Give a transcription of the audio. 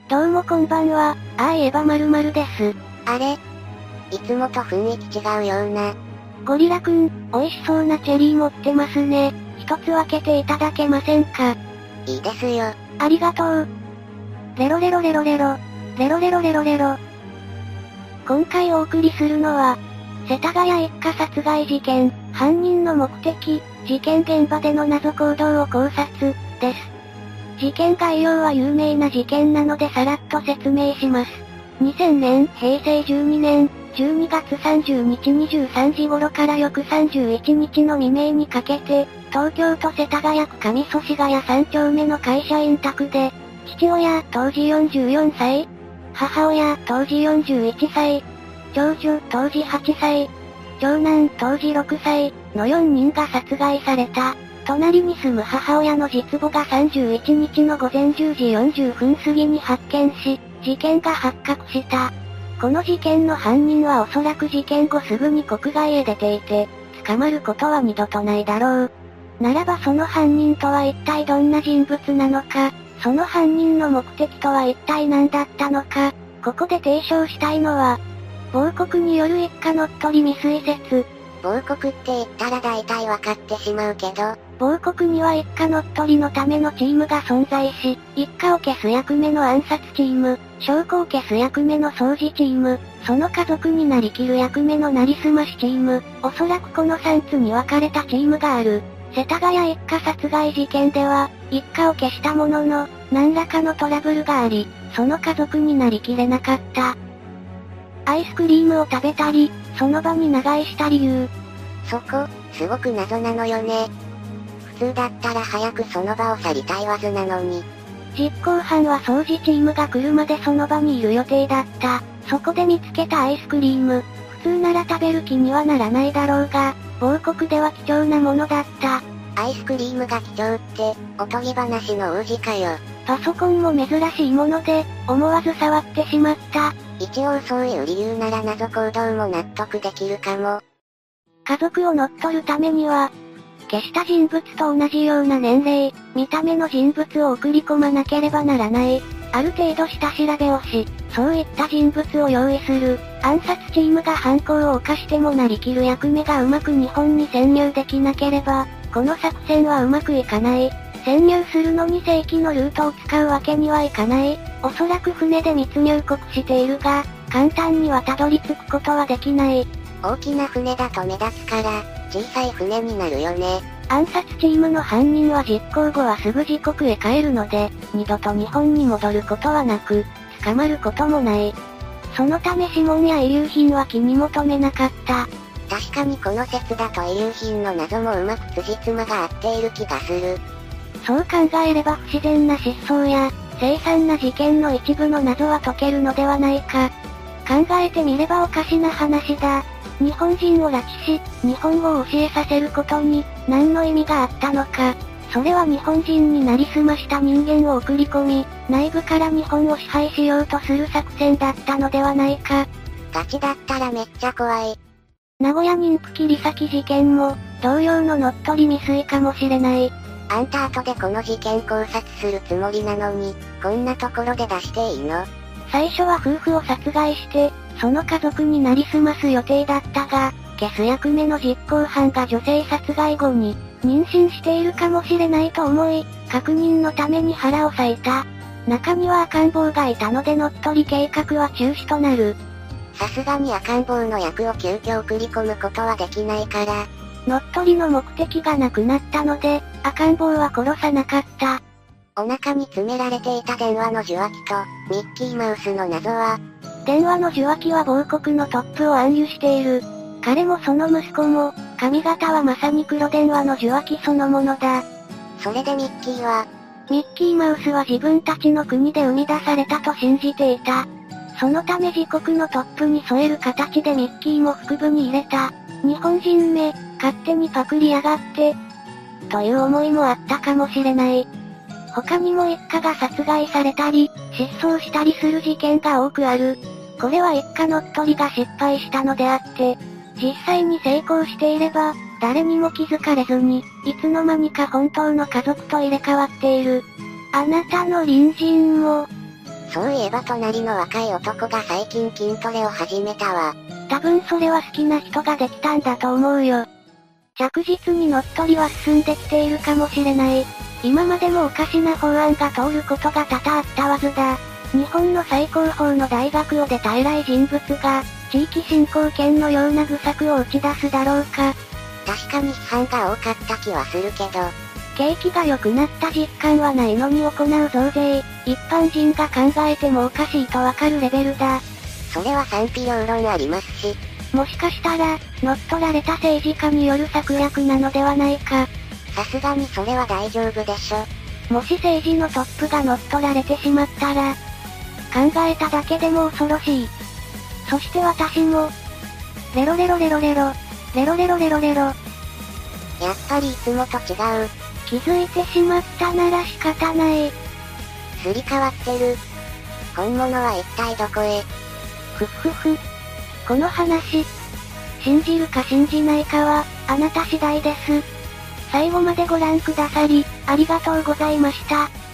どうもこんばんは、ああ言えば〇〇です。 あれ？いつもと雰囲気違うような。 ゴリラくん、美味しそうなチェリー持ってますね。一つ分けていただけませんか？ いいですよ。 ありがとう。レロレロレロレロ。レロレロレロレロ。今回お送りするのは、世田谷一家殺害事件、犯人の目的、事件現場での謎行動を考察、です。事件概要は有名な事件なのでさらっと説明します。2000年、平成12年、12月30日23時頃から翌31日の未明にかけて、東京都世田谷区上祖師谷3丁目の会社員宅で、父親、当時44歳、母親、当時41歳、長女、当時8歳、長男、当時6歳、の4人が殺害された。隣に住む母親の実母が31日の午前10時40分過ぎに発見し、事件が発覚した。この事件の犯人はおそらく事件後すぐに国外へ出ていて、捕まることは二度とないだろう。ならばその犯人とは一体どんな人物なのか、その犯人の目的とは一体何だったのか、ここで提唱したいのは、亡国による一家乗っ取り未遂説。 亡国って言ったら大体わかってしまうけど、 亡国には一家乗っ取りのためのチームが存在し、一家を消す役目の暗殺チーム、証拠を消す役目の掃除チーム、その家族になりきる役目のなりすましチーム、おそらくこの3つに分かれたチームがある。世田谷一家殺害事件では、一家を消したものの、何らかのトラブルがあり、その家族になりきれなかった。アイスクリームを食べたり、その場に長居した理由。 そこ、すごく謎なのよね。普通だったら早くその場を去りたいはずなのに。 実行犯は掃除チームが来るまでその場にいる予定だった。そこで見つけたアイスクリーム。普通なら食べる気にはならないだろうが、亡国では貴重なものだった。 アイスクリームが貴重って、おとぎ話の王子かよ。 パソコンも珍しいもので、思わず触ってしまった。 一応そういう理由なら謎行動も納得できるかも。 家族を乗っ取るためには、消した人物と同じような年齢、見た目の人物を送り込まなければならない。ある程度下調べをし、そういった人物を用意する。暗殺チームが犯行を犯してもなりきる役目がうまく日本に潜入できなければ、この作戦はうまくいかない。潜入するのに正規のルートを使うわけにはいかない。おそらく船で密入国しているが、簡単にはたどり着くことはできない。 大きな船だと目立つから、小さい船になるよね。 暗殺チームの犯人は実行後はすぐ自国へ帰るので、二度と日本に戻ることはなく、捕まることもない。そのため指紋や遺留品は気に求めなかった。 確かにこの説だと遺留品の謎もうまく辻褄が合っている気がする。 そう考えれば不自然な失踪や、凄惨な事件の一部の謎は解けるのではないか。考えてみればおかしな話だ。日本人を拉致し、日本語を教えさせることに、何の意味があったのか。それは日本人になりすました人間を送り込み、内部から日本を支配しようとする作戦だったのではないか。 ガチだったらめっちゃ怖い。 名古屋妊婦切り裂き事件も、同様の乗っ取り未遂かもしれない。 あんた後でこの事件考察するつもりなのに、こんなところで出していいの？ 最初は夫婦を殺害して、その家族になりすます予定だったが、消す役目の実行犯が女性殺害後に、妊娠しているかもしれないと思い、確認のために腹を裂いた。中には赤ん坊がいたので乗っ取り計画は中止となる。 さすがに赤ん坊の役を急遽送り込むことはできないから。 乗っ取りの目的がなくなったので、赤ん坊は殺さなかった。 お腹に詰められていた電話の受話器と、ミッキーマウスの謎は、 電話の受話器は亡国のトップを暗喩している。彼もその息子も、髪型はまさに黒電話の受話器そのものだ。 それでミッキーは、 ミッキーマウスは自分たちの国で生み出されたと信じていた。そのため自国のトップに添える形でミッキーも腹部に入れた。日本人め、勝手にパクりやがって。という思いもあったかもしれない。他にも一家が殺害されたり、失踪したりする事件が多くある。これは一家乗っ取りが失敗したのであって、実際に成功していれば、誰にも気づかれずに、いつの間にか本当の家族と入れ替わっている。あなたの隣人も、 そういえば隣の若い男が最近筋トレを始めたわ。 多分それは好きな人ができたんだと思うよ。着実に乗っ取りは進んできているかもしれない。今までもおかしな法案が通ることが多々あったはずだ。日本の最高峰の大学を出た偉い人物が、地域振興権のような愚策を打ち出すだろうか。 確かに批判が多かった気はするけど、 景気が良くなった実感はないのに行う増税、一般人が考えてもおかしいとわかるレベルだ。 それは賛否両論ありますし、 もしかしたら、乗っ取られた政治家による策略なのではないか。 さすがにそれは大丈夫でしょ。 もし政治のトップが乗っ取られてしまったら、考えただけでも恐ろしい。そして私も、レロレロレロレロ、レロレロレロレロ。 やっぱりいつもと違う。 気づいてしまったなら仕方ない。 すり替わってる。本物は一体どこへ。 ふっふふ。この話、信じるか信じないかは、あなた次第です。最後までご覧くださり、ありがとうございました。